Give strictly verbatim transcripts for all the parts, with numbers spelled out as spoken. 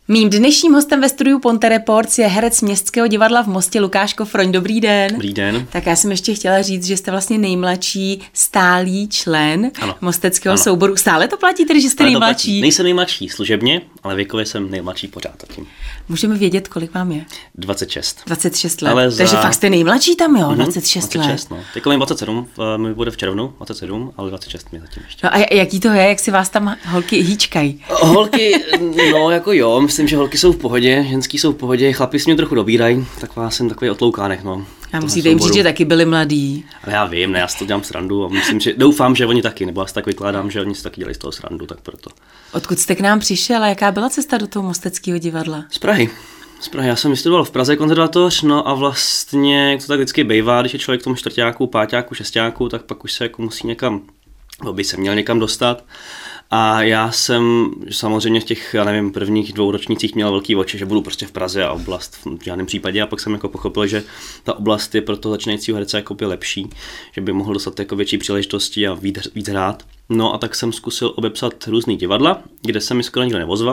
Mým dnešním hostem ve studiu Ponte Reports je herec Městského divadla v Mostě Lukáš Kofroň. Dobrý den. Dobrý den. Tak já jsem ještě chtěla říct, že jste vlastně nejmladší stálý člen ano. Mosteckého ano. souboru. Stále to platí tedy, že jste ale nejmladší? Nejsem nejmladší služebně, ale věkově jsem nejmladší pořád zatím. Můžeme vědět, kolik vám je? dvacet šest. dvacet šest let. Ale za... Takže fakt jste nejmladší tam, jo? Mm-hmm, dvacet šest let. dvacet šest, no. Teď mám dvacet sedm, mi bude v červnu dvacet sedm, ale dvacet šest mi zatím ještě. No a jaký to je, jak si vás tam holky hýčkají? Holky, no jako jo, myslím, že holky jsou v pohodě, ženský jsou v pohodě, chlapi si mě trochu dobírají, taková jsem takový otloukánek, no. A musíte jim říct, že taky byli mladí. Ale já vím, ne, já si to dělám srandu a myslím, že doufám, že oni taky, nebo já si tak vykládám, že oni si taky dělají z toho srandu, tak proto. Odkud jste k nám přišel a jaká byla cesta do toho Mosteckého divadla? Z Prahy. Z Prahy. Já jsem vystudoval v Praze konzervatoř, no a vlastně, jak to tak vždycky bývá, když je člověk v tom čtvrťáku, páťáku, šestáku, tak pak už se jako musí někam, no by se měl někam dostat. A já jsem samozřejmě v těch, já nevím, prvních dvou ročnících měl velký oči, že budu prostě v Praze a oblast v žádném případě. A pak jsem jako pochopil, že ta oblast je pro toho začínajícího herce jako by lepší, že by mohl dostat jako větší příležitosti a víc, víc hrát. No a tak jsem zkusil obepsat různý divadla, kde se mi skoro nikdo nevozval.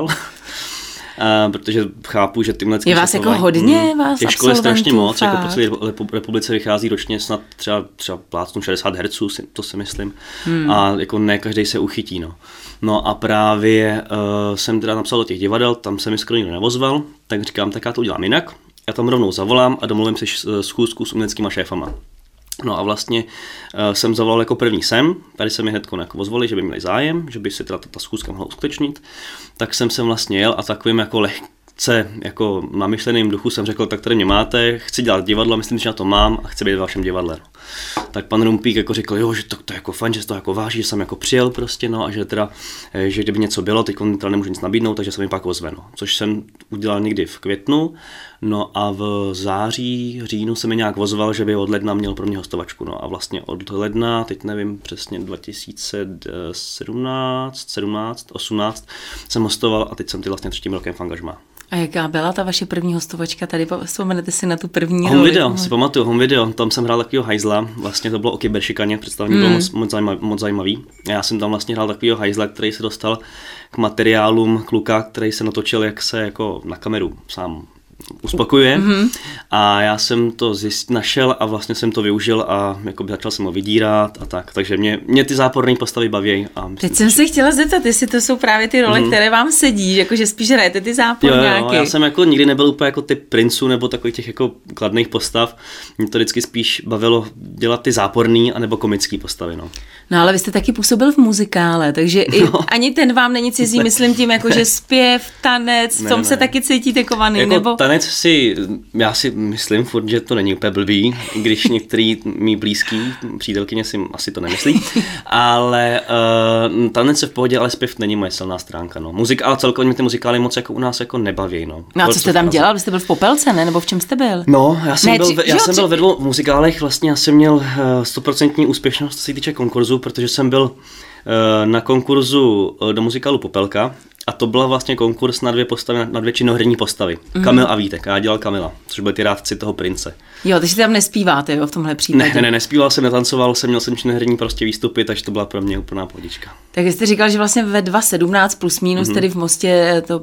Uh, protože chápu, že tyhle je vás jako hodně, mm, vás těch škol je strašně moc, fakt. jako po celé republice vychází ročně snad třeba, třeba plácnu šedesát herců, to si myslím, hmm. a jako ne každý se uchytí, no. No a právě uh, jsem teda napsal do těch divadel, tam se mi skoro nikdo nevozval, tak říkám, tak já to udělám jinak, já tam rovnou zavolám a domluvím si schůzku s uměleckýma šéfama. No a vlastně uh, jsem zavolal jako první sem, tady se mi hned jako ozvali, že by měli zájem, že by se teda ta, ta schůzka mohla uskutečnit, tak jsem sem vlastně jel a takovým jako lehce, jako namyšleným duchu jsem řekl, tak tady mě máte, chci dělat divadlo, myslím, že na to mám a chci být v vašem divadle. No. Tak pan Rumpík jako řekl, jo, že to, to je jako fajn, že to jako váží, že jsem jako přijel prostě, no a že teda, že kdyby něco bylo, teď on teda nemůžu nic nabídnout, takže se mi pak ozve, no. Což jsem udělal někdy v květnu, no a v září, říjnu se mi nějak ozval, že by od ledna měl pro mě hostovačku, no a vlastně od ledna, teď nevím přesně dva tisíce sedmnáct, sedmnáct, osmnáct jsem hostoval a teď jsem ty vlastně třetím rokem v angažmá. A jaká byla ta vaše první hostovačka tady? Vzpomenete si na tu první Home Video, si pamatuju, Home Video, tam jsem hrál takovýho hajzla, vlastně to bylo o kyberšikaně, představení mm. bylo moc, moc, zajímavý, moc zajímavý. Já jsem tam vlastně hrál takovýho hajzla, který se dostal k materiálům kluka, který se natočil, jak se jako na kameru sám uspokojuje. Mm-hmm. A já jsem to zjist, našel a vlastně jsem to využil a jakoby začal jsem ho vydírat a tak. Takže mě, mě ty záporné postavy baví. A teď jsem se chtěla zeptat, jestli to jsou právě ty role, mm-hmm. které vám sedí, jakože spíš hrajete ty záporňáky. Jo, jo, já jsem jako nikdy nebyl úplně jako typ princů nebo takových těch jako kladných postav. Mě to vždycky spíš bavilo dělat ty záporný anebo komický postavy. No. No ale vy jste taky působil v muzikále, takže i no. ani ten vám není cizí, myslím tím jako, že zpěv, tanec, v tom ne, se ne. taky cítíte kovaný, jako nebo... tanec si, já si myslím furt, že to není úplně blbý, když některý mý blízký přítelkyně si asi to nemyslí, ale uh, tanec se v pohodě, ale zpěv není moje silná stránka, no. Muzik, ale celkově mě ty muzikály moc jako u nás jako nebaví, no. No a co jste tam dělal? Vy jste byl v Popelce, ne? Nebo v čem jste byl? No, já jsem, ne, byl, tři, já jo, jsem tři... byl ve dvou muzikálech, vlastně já jsem měl stoprocentní uh, úspěšnost, co se týče konkurzu, protože jsem byl uh, na konkurzu uh, do muzikálu Popelka. A to byla vlastně konkurs na dvě postavy, na dvě činoherní postavy. Mm. Kamil a Vítek. A já dělal Kamila, což byli ty rádci toho prince. Jo, takže tam nespíváte, jo, v tomhle případě. Ne, ne, ne, nespíval jsem, netancoval jsem, měl jsem činoherní prostě výstupy, takže to byla pro mě úplná pohodička. Tak jste říkal, že vlastně ve dva sedmnáct plus minus, mm-hmm. tedy v Mostě to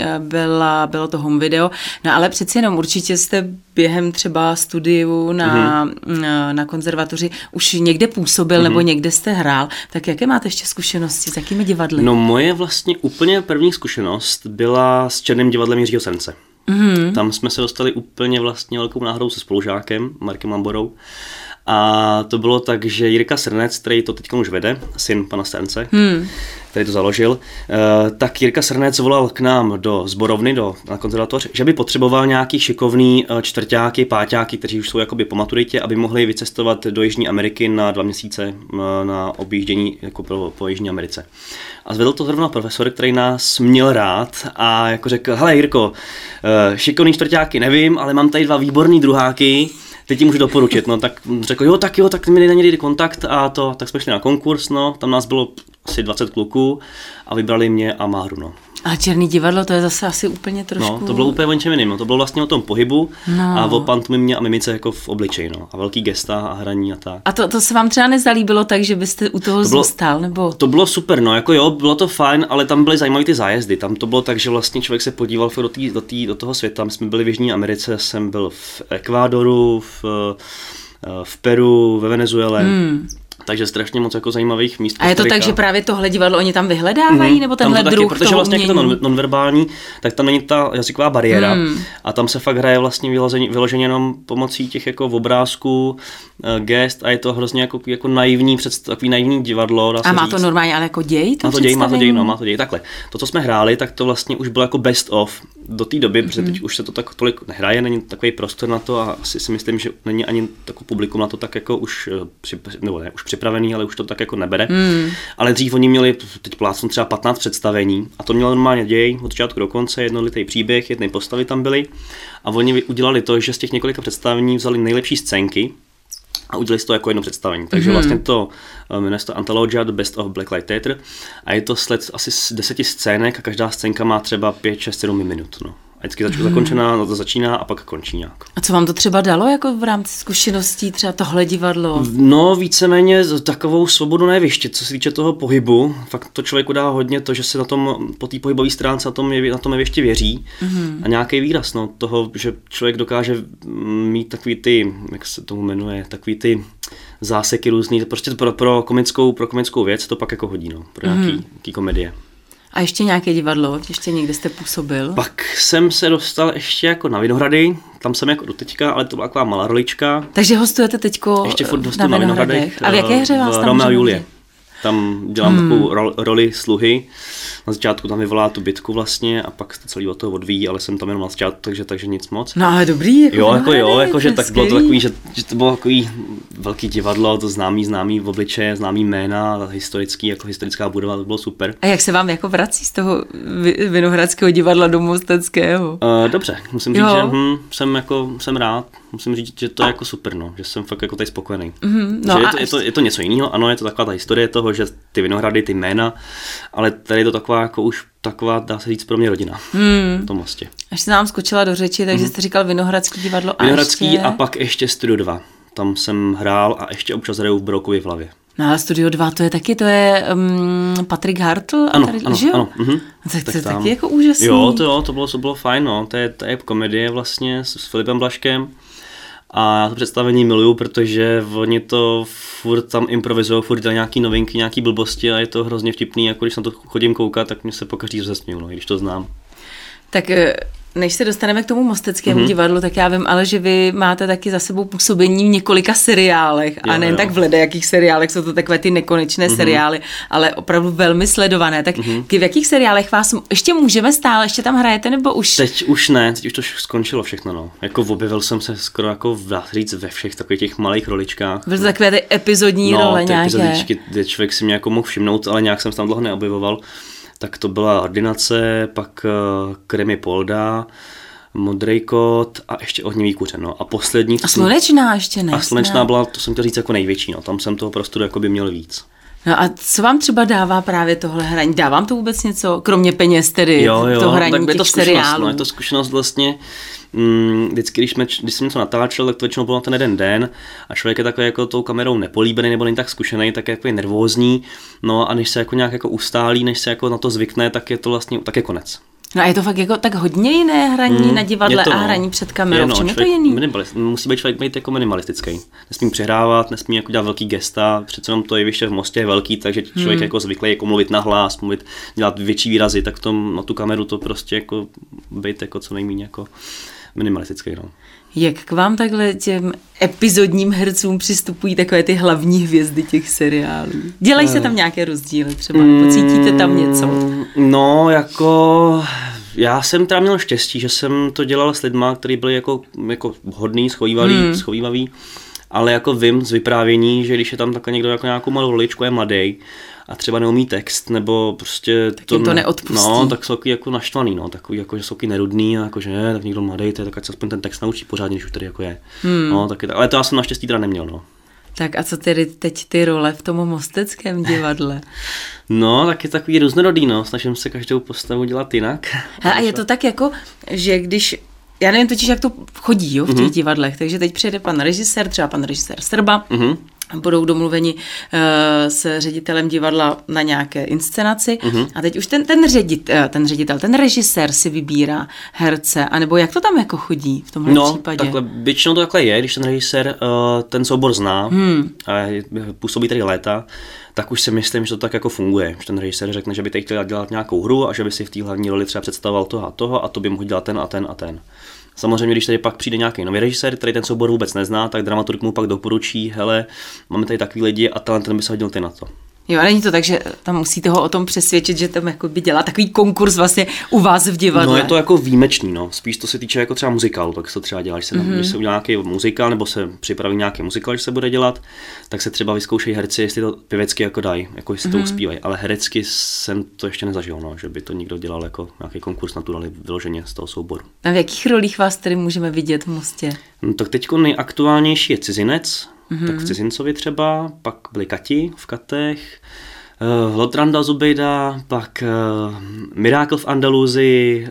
byla, bylo to Home Video, no ale přeci jenom určitě jste během třeba studiu na, mm-hmm. na, na konzervatoři už někde působil, mm-hmm. nebo někde jste hrál, tak jaké máte ještě zkušenosti, s jakými divadly? No moje vlastně úplně první zkušenost byla s Černým divadlem Jiřího Srnce. Mm-hmm. Tam jsme se dostali úplně vlastně velkou náhodou se spolužákem, Markem Lamborou. A to bylo tak, že Jirka Srnec, který to teď už vede, syn pana Srnce, hmm. který to založil, tak Jirka Srnec volal k nám do sborovny, do, na konzervatoř, že by potřeboval nějaký šikovný čtvrťáky, páťáky, kteří už jsou jakoby po maturitě, aby mohli vycestovat do Jižní Ameriky na dva měsíce na objíždění jako po, po Jižní Americe. A zvedl to zrovna profesor, který nás měl rád a jako řekl, hele Jirko, šikovný čtvrťáky nevím, ale mám tady dva výborný druháky, teď ti můžu doporučit, no tak řekl, jo, tak jo, tak mi dej na někdy kontakt a to, tak jsme šli na konkurs, no, tam nás bylo asi dvacet kluků a vybrali mě a Máru, no. A černý divadlo, to je zase asi úplně trošku... No, to bylo úplně o něčem jiným, no. To bylo vlastně o tom pohybu no. a o pantomimě a mimice jako v obličeji, no. A velký gesta a hraní a tak. A to, to se vám třeba nezalíbilo tak, že byste u toho to bylo, zůstal, nebo? To bylo super, no, jako jo, bylo to fajn, ale tam byly zajímavé ty zájezdy. Tam to bylo tak, že vlastně člověk se podíval do, tý, do, tý, do toho světa. My jsme byli v Jižní Americe, jsem byl v Ekvádoru, v, v Peru, ve Venezuele. Hmm. Takže strašně moc jako zajímavých míst. A je to tak, že právě tohle divadlo oni tam vyhledávají, mm, nebo tenhle tam druh taky, protože vlastně jak je to non, nonverbální, tak tam není ta jazyková bariéra mm. a tam se fakt hraje vlastně vyloženě, vyloženě jenom pomocí těch jako obrázků, uh, gest a je to hrozně jako, jako naivní, před, takový naivní divadlo. Dá se a má říct. to normálně ale jako děj? To má to děj, má to děj, no, má to děj. Takhle. To, co jsme hráli, tak to vlastně už bylo jako best of do té doby, mm. protože teď už se to tak tolik nehraje, není takový prostor na to a asi si myslím, že není ani takový publikum na to tak jako už, nebo ne, už připravený, ale už to tak jako nebere. Hmm. Ale dřív oni měli, teď plácnu třeba patnáct představení a to mělo normálně děj od začátku do konce, jednolitý příběh, jedné postavy tam byly a oni udělali to, že z těch několika představení vzali nejlepší scénky a udělali to jako jedno představení. Takže hmm. vlastně to jmenuje to Anthologia The Best of Blacklight Theatre a je to sled asi z deseti scének a každá scénka má třeba pět, šest, sedm minut. No. A vždycky zač- hmm. zakončená, to začíná a pak končí nějak. A co vám to třeba dalo jako v rámci zkušeností, třeba tohle divadlo? No víceméně takovou svobodu na jevišti, co se týče toho pohybu. Fakt to člověku dá hodně to, že se na tom, po té pohybové stránce na tom, jevi, na tom jevišti věří. Hmm. A nějaký výraz no, toho, že člověk dokáže mít takový ty, jak se tomu jmenuje, takový ty záseky různý, prostě pro, pro, komickou, pro komickou věc to pak jako hodí, no, pro nějaký, hmm. nějaký komedie. A ještě nějaké divadlo? Ještě někde jste působil? Pak jsem se dostal ještě jako na Vinohrady, tam jsem jako doteďka, ale to byla taková malá rolička. Takže hostujete teďko ještě furt na, na Vinohradech? A v jaké hře vás tam Romeo a Julie. Tam dělám hmm. takovou ro- roli sluhy. Na začátku tam vyvolá tu bitku vlastně a pak to celý od toho odvíjí, ale jsem tam jenom na začátku, takže, takže nic moc. No ale dobrý, jako jo, jako jo, jako že tak bylo to takový, že, že to bylo takový velký divadlo, to známý, známý v obličeje, známý jména, historický, jako historická budova, to bylo super. A jak se vám jako vrací z toho Vinohradského divadla do Mosteckého? Uh, dobře, musím říct, jo. že hm, jsem jako, jsem rád, musím říct, že to je jako super, no, že jsem fakt jako tady spokojený. Mm-hmm, no že je, to, je, to, je to něco jiného, ano, je to taková ta historie toho, že ty Vinohrady, ty jména, ale tady je to taková jako už taková, dá se říct, pro mě rodina hmm. v tom Mostě. Až se nám skočila do řeči, takže mm-hmm. jste říkal Vinohradský divadlo a Vinohradský ještě... a pak ještě Studio dva. Tam jsem hrál a ještě občas hraju v Brokově v Hlavě. No a Studio dva, to je taky, to je um, Patrik Hartl? Ano, tady, ano, že jo? ano. Mhm. Tak, tak to je tam. taky jako úžasný. Jo, to jo, to bylo, to bylo fajn, no. To je, to je komedie vlastně s, s Filipem Blažkem. A já to představení miluju, protože oni to furt tam improvizují, furt dělají nějaký novinky, nějaký blbosti a je to hrozně vtipný, jako když na to chodím koukat, tak mě se pokaždý rozesměju, no, když to znám. Tak než se dostaneme k tomu Mosteckému mm-hmm. divadlu, tak já vím, ale že vy máte taky za sebou působení v několika seriálech jo, a nejen jo. tak v ledajakých seriálech, jsou to takové ty nekonečné mm-hmm. seriály, ale opravdu velmi sledované. Tak mm-hmm. v jakých seriálech vás ještě můžeme stále, ještě tam hrajete nebo už? Teď už ne, teď už to skončilo všechno, no. Jako objevil jsem se skoro jako dá říct ve všech takových těch malých roličkách. Byly to takové ty epizodní no, role ty nějaké. epizodičky, kde člověk si mě jako mohl všimnout, ale nějak jsem se tam dlouho neobjevoval. Tak to byla Ordinace, pak uh, Krimi Polda, Modrý kot a ještě Ohnivý kuře, no. A poslední... A Slunečná ještě ne. A Slunečná byla, to jsem to říct, jako největší, no. Tam jsem toho prostoru jako by měl víc. No a co vám třeba dává právě tohle hraní? Dá vám to vůbec něco, kromě peněz tedy, jo, jo, to hraní tak těch je to seriálů? No, je to zkušenost vlastně, mm, vždycky, když, jsme, když jsem něco natáčel, tak to většinou bylo na ten jeden den a člověk je takový jako tou kamerou nepolíbený nebo není tak zkušený, tak je jako nervózní, no a než se jako nějak jako ustálí, než se jako na to zvykne, tak je to vlastně, tak je konec. No a je to fakt jako tak hodně jiné hraní mm, na divadle to, a hraní před kamerou, je, no, v čem je to jiný? Musí být člověk být jako minimalistický. Nesmí přehrávat, nesmí jako dělat velký gesta, přece jenom to jeviště v Mostě je velký, takže člověk mm. jako zvyklý jako mluvit nahlas, mluvit, dělat větší výrazy, tak v tom na tu kameru to prostě jako být jako co nejméně jako minimalistický, no. Jak k vám takhle těm epizodním hercům přistupují takové ty hlavní hvězdy těch seriálů? Dělají se tam nějaké rozdíly třeba? Pocítíte tam něco? No, jako... Já jsem teda měl štěstí, že jsem to dělal s lidma, kteří byli jako, jako hodný, schovývalý, hmm. schovývaví, ale jako vím z vyprávění, že když je tam takhle někdo jako nějakou malou roličku, je mladý a třeba neumí text, nebo prostě tak to, to neodpustí. No, tak jsou takový jako naštvaný, no, takový jako, že jsou takový nerudný a jako, že ne, tak někdo mladý, to je tak ať se aspoň ten text naučí pořádně, když už tady jako je. Hmm. No, taky, ale to já jsem naštěstí teda neměl, no. Tak a co tedy teď ty role v tom Mosteckém divadle? No, tak je takový různorodý, no. Snažím se každou postavu dělat jinak. A, a je to tak jako, že když, já nevím totiž, jak to chodí, jo, v těch mm-hmm. divadlech, takže teď přijede pan režisér, třeba pan režisér Srba, mm-hmm. budou domluveni uh, s ředitelem divadla na nějaké inscenaci mm-hmm. a teď už ten, ten, ředit, uh, ten ředitel, ten režisér si vybírá herce, anebo jak to tam jako chodí v tomhle no, případě? No, takhle, většinou to takhle je, když ten režisér uh, ten soubor zná hmm. a působí tady léta, tak už si myslím, že to tak jako funguje. Že ten režisér řekne, že by teď chtěl dělat nějakou hru a že by si v té hlavní roli třeba představoval toho a toho a to by mohl dělat ten a ten a ten. Samozřejmě, když tady pak přijde nějaký nový režisér, který ten soubor vůbec nezná, tak dramaturg mu pak doporučí, hele, máme tady takový lidi a ten, ten by se hodil ty na to. Jo, a není to tak, že tam musíte ho o tom přesvědčit, že tam jako by dělá takový konkurs vlastně u vás v divadle. No je to jako výjimečný, no. Spíš to se týče jako třeba muzikálu, tak se to třeba dělá, když se, mm-hmm. když se udělá nějaký muzikál, nebo se připraví nějaký muzikál, když se bude dělat, tak se třeba vyzkoušejí herci, jestli to pěvecky jako dají, jako jestli mm-hmm. to uspívají, ale herecky jsem to ještě nezažil, no, že by to někdo dělal jako nějaký konkurs naturally vyloženě z toho souboru. A v jakých rolích vás tedy můžeme vidět v Mostě? No, tak teďko nejaktuálnější je Cizinec. Mm-hmm. Tak v Cizincovi třeba, pak byli Kati v Katech, uh, Lotranda Zubejda, pak uh, Miracle v Andaluzii,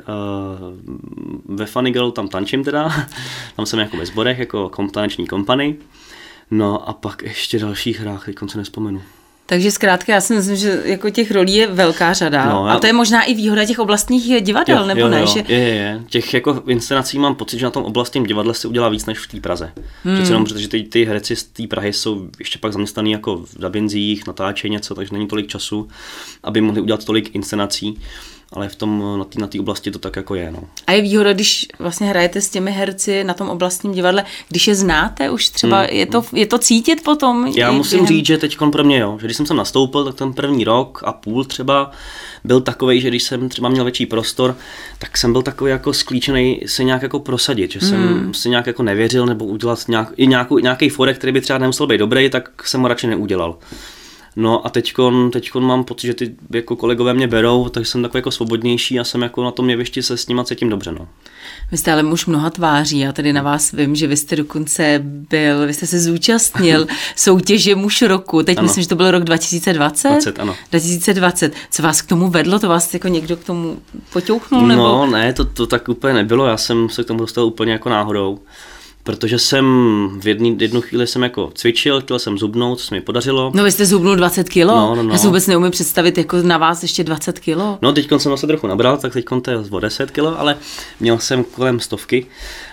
uh, ve Funny Girl tam tančím teda, tam jsem jako ve sborech, jako kom, taneční kompany, no a pak ještě dalších hrách, teď se nespomenu. Takže zkrátka já si myslím, že jako těch rolí je velká řada. No, já... A to je možná i výhoda těch oblastních divadel, jo, nebo jo, ne? Jo, že... je, je, je. Těch jako inscenací mám pocit, že na tom oblastním divadle se udělá víc než v té Praze. Hmm. Přece jenom, protože ty, ty herci z té Prahy jsou ještě pak zaměstnaný jako v dabinzích, natáčejí něco, takže není tolik času, aby mohli udělat tolik inscenací. Ale v tom, na té na té oblasti to tak jako je. No. A je výhoda, když vlastně hrajete s těmi herci na tom oblastním divadle, když je znáte už třeba, hmm. je, to, je to cítit potom? Já musím během... říct, že teď pro mě jo, že když jsem sem nastoupil, tak ten první rok a půl třeba byl takovej, že když jsem třeba měl větší prostor, tak jsem byl takový jako sklíčený se nějak jako prosadit, že jsem hmm. si nějak jako nevěřil nebo udělat nějak, i nějakou, nějaký forek, který by třeba nemusel být dobrý, tak jsem ho radši neudělal. No a teďkon, teďkon mám pocit, že ty jako kolegové mě berou, takže jsem takový jako svobodnější a jsem jako na tom jevišti se s nima cítím dobře, no. Vy jste ale muž mnoha tváří, já tady na vás vím, že vy jste dokonce byl, vy jste se zúčastnil soutěže muž roku, teď ano. Myslím, že to byl rok dva tisíce dvacet? dvacet, ano. dva tisíce dvacet. Co vás k tomu vedlo? To vás jako někdo k tomu poťouchnul? Nebo? No ne, to, to tak úplně nebylo, já jsem se k tomu dostal úplně jako náhodou. Protože jsem v jedný, jednu chvíli jsem jako cvičil, chtěl jsem zubnout, co se mi podařilo. No vy jste zubnul dvacet kilo? No, no, no. Já si vůbec neumím představit jako na vás ještě dvacet kilo. No teďkon jsem se trochu nabral, tak teďkon to je o deset kilo, ale měl jsem kolem stovky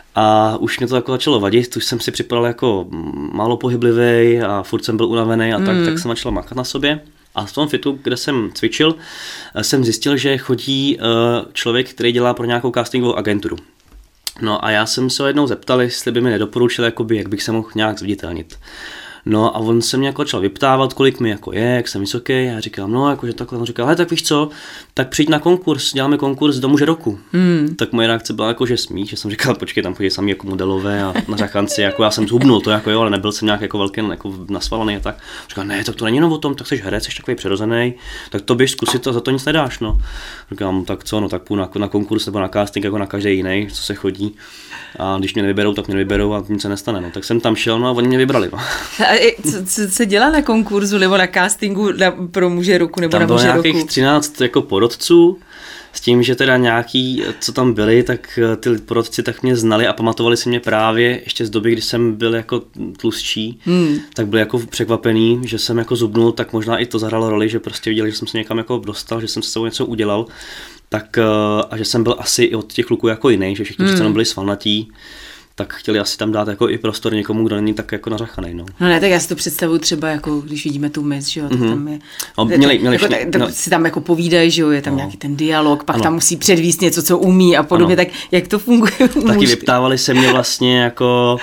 a už mě to jako začalo vadit, už jsem si připadal jako málo pohyblivý a furt jsem byl unavený a tak, mm. tak jsem začal makat na sobě. A v tom fitu, kde jsem cvičil, jsem zjistil, že chodí člověk, který dělá pro nějakou castingovou agenturu. No a já jsem se ho jednou zeptal, jestli by mi nedoporučil, jakoby, jak bych se mohl nějak zviditelnit. No a on se mě jako začal vyptávat, kolik mi jako je, jak jsem vysoký. Já říkám, no jakože takhle. On říkal, hele, tak víš co, tak přijď na konkurs, děláme konkurs do muže roku. Mm. Tak moje reakce byla jako, že smíš, že jsem říkal, počkej, tam chodí sami jako modelové a na řachanci, jako já jsem zhubnul to, jako jo, ale nebyl jsem nějak jako velký, jako nasvalený a tak. Říkal, ne, tak to není jenom o tom, tak jsi herec, jsi takový přirozený, tak to běž zkusit a za to nic nedáš, no. Říkám, tak co, no tak půjdu na, na konkurs nebo na casting jako na každý jiný, co se chodí. A když mě nevyberou, tak mě nevyberou a nic se nestane. No. Tak jsem tam šel, no a oni mě vybrali. No. A co, co se dělá na konkurzu nebo na castingu na, pro muže roku nebo tam na muže roku? Tam bylo nějakých třináct jako porodců, s tím, že teda nějaký, co tam byli, tak ty porodci tak mě znali a pamatovali si mě právě ještě z doby, kdy jsem byl jako tlustší, hmm. tak byli jako překvapený, že jsem jako zubnul, tak možná i to zahrálo roli, že prostě viděli, že jsem se někam jako dostal, že jsem se sebou něco udělal. Tak a že jsem byl asi i od těch kluků jako jiný, že všichni hmm. byli svalnatí, tak chtěli asi tam dát jako i prostor někomu, kdo není tak jako nařachanej. No. no ne, tak já si to představuju třeba jako, když vidíme tu Miss, že jo, tak mm-hmm. tam je, no, měli, měli jako, všichni, tak, no. si tam jako povídají, že jo, je tam no. nějaký ten dialog, pak ano. tam musí předvíst něco, co umí a podobně, ano. tak jak to funguje? Taky vyptávali se mě vlastně jako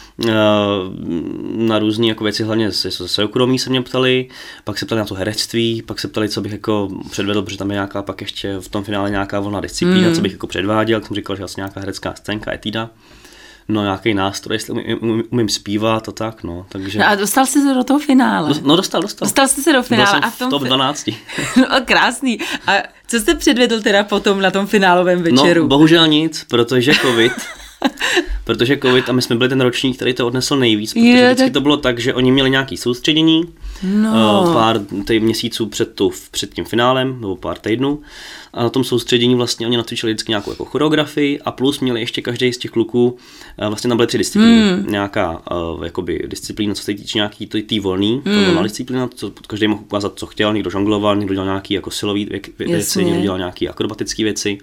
na různé jako věci, hlavně ze soukromí se mě ptali, pak se ptali na to herectví, pak se ptali, co bych jako předvedl, protože tam je nějaká, pak ještě v tom finále nějaká volná disciplína, mm. co bych jako předváděl, jsem říkal, že asi nějaká herecká scénka, etída, no nějaký nástroj, jestli umím, umím, umím zpívat a tak, no, takže... No a dostal jsi se do toho finále? Do, no dostal, dostal. Dostal jsi se do finále. Byl jsem v, a v tom top dvanáct. No krásný. A co jste předvedl teda potom na tom finálovém večeru? No bohužel nic, protože covid... Protože covid, a my jsme byli ten ročník, který to odnesl nejvíc, protože je, vždycky tak... to bylo tak, že oni měli nějaký soustředění, no. uh, pár tý měsíců před, tu, před tím finálem, nebo pár týdnů, a na tom soustředění vlastně oni natvičili vždycky nějakou jako choreografii a plus měli ještě každý z těch kluků, uh, vlastně tam byly tři disciplíny. Hmm. Nějaká uh, jakoby disciplína, co se týče nějaký tý volný, hmm. to volná disciplína, co každý mohl ukázat, co chtěl, někdo žongloval, někdo dělal nějaký jako silový věci, někdo dělal nějaký akrobatické věci.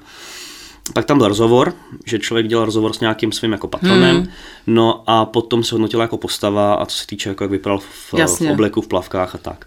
Pak tam byl rozhovor, že člověk dělal rozhovor s nějakým svým jako patronem, hmm. no a potom se hodnotila jako postava a co se týče, jako jak vypadal v, v obleku, v plavkách a tak.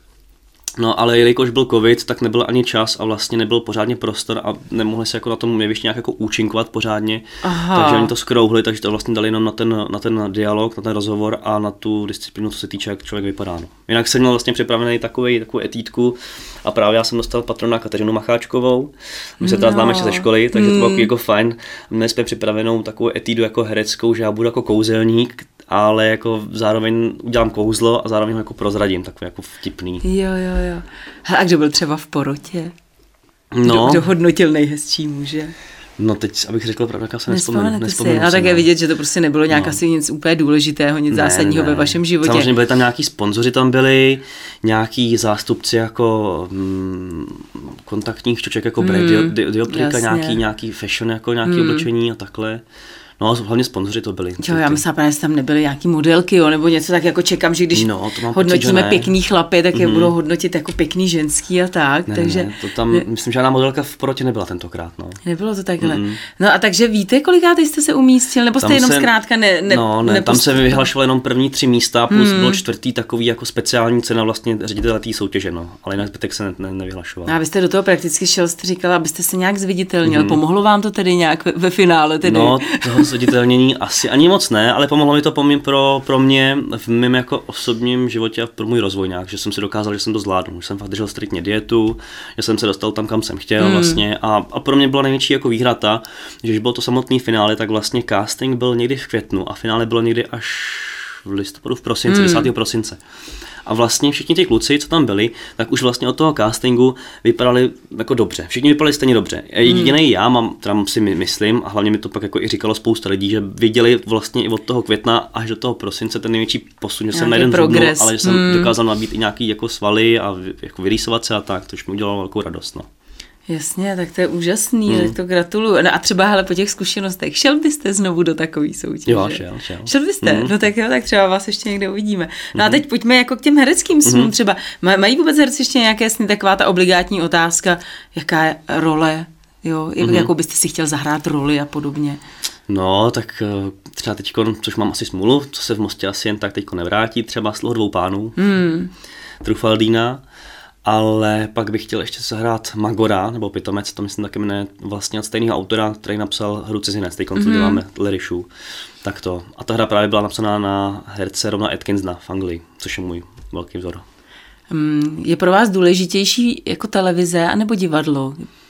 No ale jelikož byl covid, tak nebyl ani čas a vlastně nebyl pořádně prostor a nemohli se jako na tom jevišti nějak jako účinkovat pořádně, Aha. takže oni to skrouhli, takže to vlastně dali jenom na ten, na ten dialog, na ten rozhovor a na tu disciplínu, co se týče, jak člověk vypadá. No. Jinak jsem měl vlastně připravený takový, takovou etýdku a právě já jsem dostal patrona Kateřinu Macháčkovou, my se teda no. známe ještě ze školy, takže mm. to bylo jako fajn. Měli jsme připravenou takovou etýdu jako hereckou, že já budu jako kouzelník, ale jako zároveň udělám kouzlo a zároveň ho jako prozradím, takový jako vtipný. Jo, jo, jo. A kdo byl třeba v porotě? No. Kdo, kdo hodnotil nejhezčí muže? No teď, abych řekl pravdu, já se nespomenu. nespomenu si. A tak je vidět, že to prostě nebylo nějak no. asi nic úplně důležitého, nic ne, zásadního ne. ve vašem životě. Samozřejmě byli tam nějaký sponzoři, tam byli nějaký zástupci jako mm, kontaktních štoček, jako mm, Brady, di, dioptrika, nějaký, nějaký fashion, jako nějaký mm. oblečení a takhle. No, hlavně sponzoři to byli. Jo, já myslím, že tam nebyly nějaký modelky, jo, nebo něco, tak jako čekám, že když no, hodnotíme pocit, pěkný chlapy, tak je mm-hmm. budou hodnotit jako pěkný ženský a tak. Ne, takže ne, to tam, ne, myslím, že žádná modelka v porotě nebyla tentokrát. No. Nebylo to takhle. Mm-hmm. No a takže víte, kolikrát jste se umístil, nebo jste tam jenom se, zkrátka ne, ne No, ne, tam se vyhlašovalo jenom první tři místa, plus mm. bylo čtvrtý takový jako speciální cena vlastně ředitele té soutěže, no. Ale jinak zbytek se ne, ne, nevyhlašoval. A vy jste do toho prakticky šel, jste říkala, abyste se nějak zviditelnil. Mm-hmm. Pomohlo vám to tedy nějak ve, ve finále? Tedy? No, toho zviditelnění asi ani moc ne, ale pomohlo mi to pro, pro mě v mém jako osobním životě a pro můj rozvoj nějak, že jsem si dokázal, že jsem to zvládnu, že jsem fakt držel striktně dietu, že jsem se dostal tam, kam jsem chtěl hmm. vlastně a, a pro mě byla největší jako výhra ta, že když bylo to samotný finále, tak vlastně casting byl někdy v květnu a finále bylo někdy až v listopadu, v prosinci, hmm. desátého prosince. A vlastně všichni ti kluci, co tam byli, tak už vlastně od toho castingu vypadali jako dobře. Všichni vypadali stejně dobře. Jediný hmm. já mám, teda si myslím, a hlavně mi to pak jako i říkalo spousta lidí, že viděli vlastně i od toho května až do toho prosince ten největší posun, že jsem na jeden zhubnul, ale že jsem hmm. dokázal nabít i nějaký jako svaly a jako vyrýsovat se a tak, což mi udělalo velkou radost. No. Jasně, tak to je úžasný, hmm. tak to gratuluju. No a třeba hele, po těch zkušenostech, šel byste znovu do takové soutěže? Jo, šel, šel. Šel byste? Hmm. No tak jo, tak třeba vás ještě někde uvidíme. No hmm. a teď pojďme jako k těm hereckým snům hmm. třeba. Mají vůbec herci ještě nějaké sny, taková ta obligátní otázka, jaká je role, jo, hmm. jakou byste si chtěl zahrát roli a podobně? No, tak třeba teď, což mám asi smůlu, co se v Mostě asi jen tak teďko nevrátí, třeba Sloho dvou pánů, hmm. Trufaldína. Ale pak bych chtěl ještě zahrát Magora, nebo Pitomec, to myslím taky jmenuje vlastně od stejného autora, který napsal hru Cizinec, teď mm-hmm. děláme Lerišu, tak to. A ta hra právě byla napsaná na herce Rona Atkinsona v Anglii, což je můj velký vzor. Je pro vás důležitější jako televize anebo divadlo?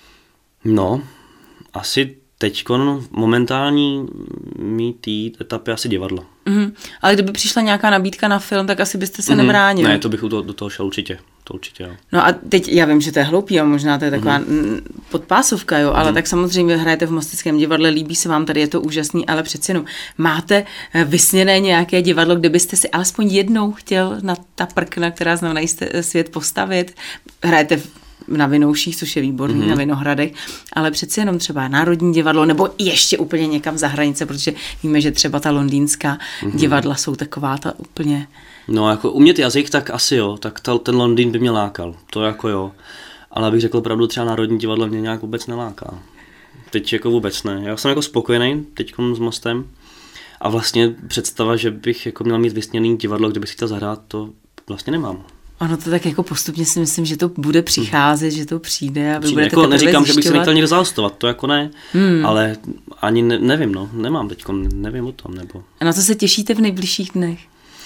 No, asi teďkon momentální mý tý etapy asi divadlo. Mm, ale kdyby přišla nějaká nabídka na film, tak asi byste se mm, nebránil. Ne, to bych do, do toho šel určitě. To určitě, jo. No a teď já vím, že to je hloupý a možná to je taková mm. podpásovka, jo, ale mm. tak samozřejmě hrajete v Mosteckém divadle, líbí se vám tady, je to úžasný, ale přeci jenom máte vysněné nějaké divadlo, kde byste si alespoň jednou chtěl na ta prkna, která znamená svět postavit. Hrajete v na Vinouších, což je výborný, mm-hmm. na Vinohradech, ale přeci jenom třeba Národní divadlo, nebo ještě úplně někam za hranice, protože víme, že třeba ta londýnská mm-hmm. divadla jsou taková ta úplně... No jako umět jazyk, tak asi jo, tak ta, ten Londýn by mě lákal, to jako jo, ale abych řekl pravdu, třeba Národní divadlo mě nějak vůbec neláká. Teď jako vůbec ne, já jsem jako spokojený teď s Mostem a vlastně představa, že bych jako měl mít vysněný divadlo, kde bych si chtěl zahrát, to vlastně nemám. Ono to tak jako postupně si myslím, že to bude přicházet, hmm. že to přijde a vy budete jako neříkám, že bych se nechtěl někde zahostovat, to jako ne, hmm. ale ani ne, nevím, no, nemám teďko, nevím o tom, nebo. A na co se těšíte v nejbližších dnech?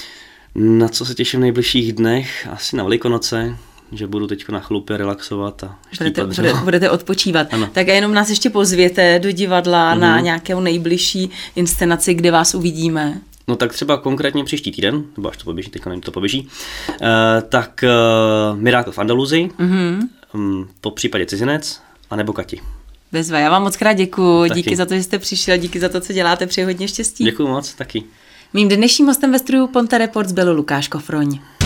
Na co se těším v nejbližších dnech? Asi na Velikonoce, že budu teďko na chlupě relaxovat a budete, bude, budete odpočívat. Ano. Tak a jenom nás ještě pozvěte do divadla mm-hmm. na nějakou nejbližší inscenaci, kde vás uvidíme. No tak třeba konkrétně příští týden, nebo až to poběží, teďka nevím, to poběží, uh, tak uh, Miracle v Andaluzii, mm-hmm. um, po případě Cizinec, anebo Kati. Bezva. Já vám moc krát děkuju. Díky za to, že jste přišel, díky za to, co děláte, přeji hodně štěstí. Děkuju moc, taky. Mým dnešním hostem ve studiu Ponte Reports byl Lukáš Kofroň.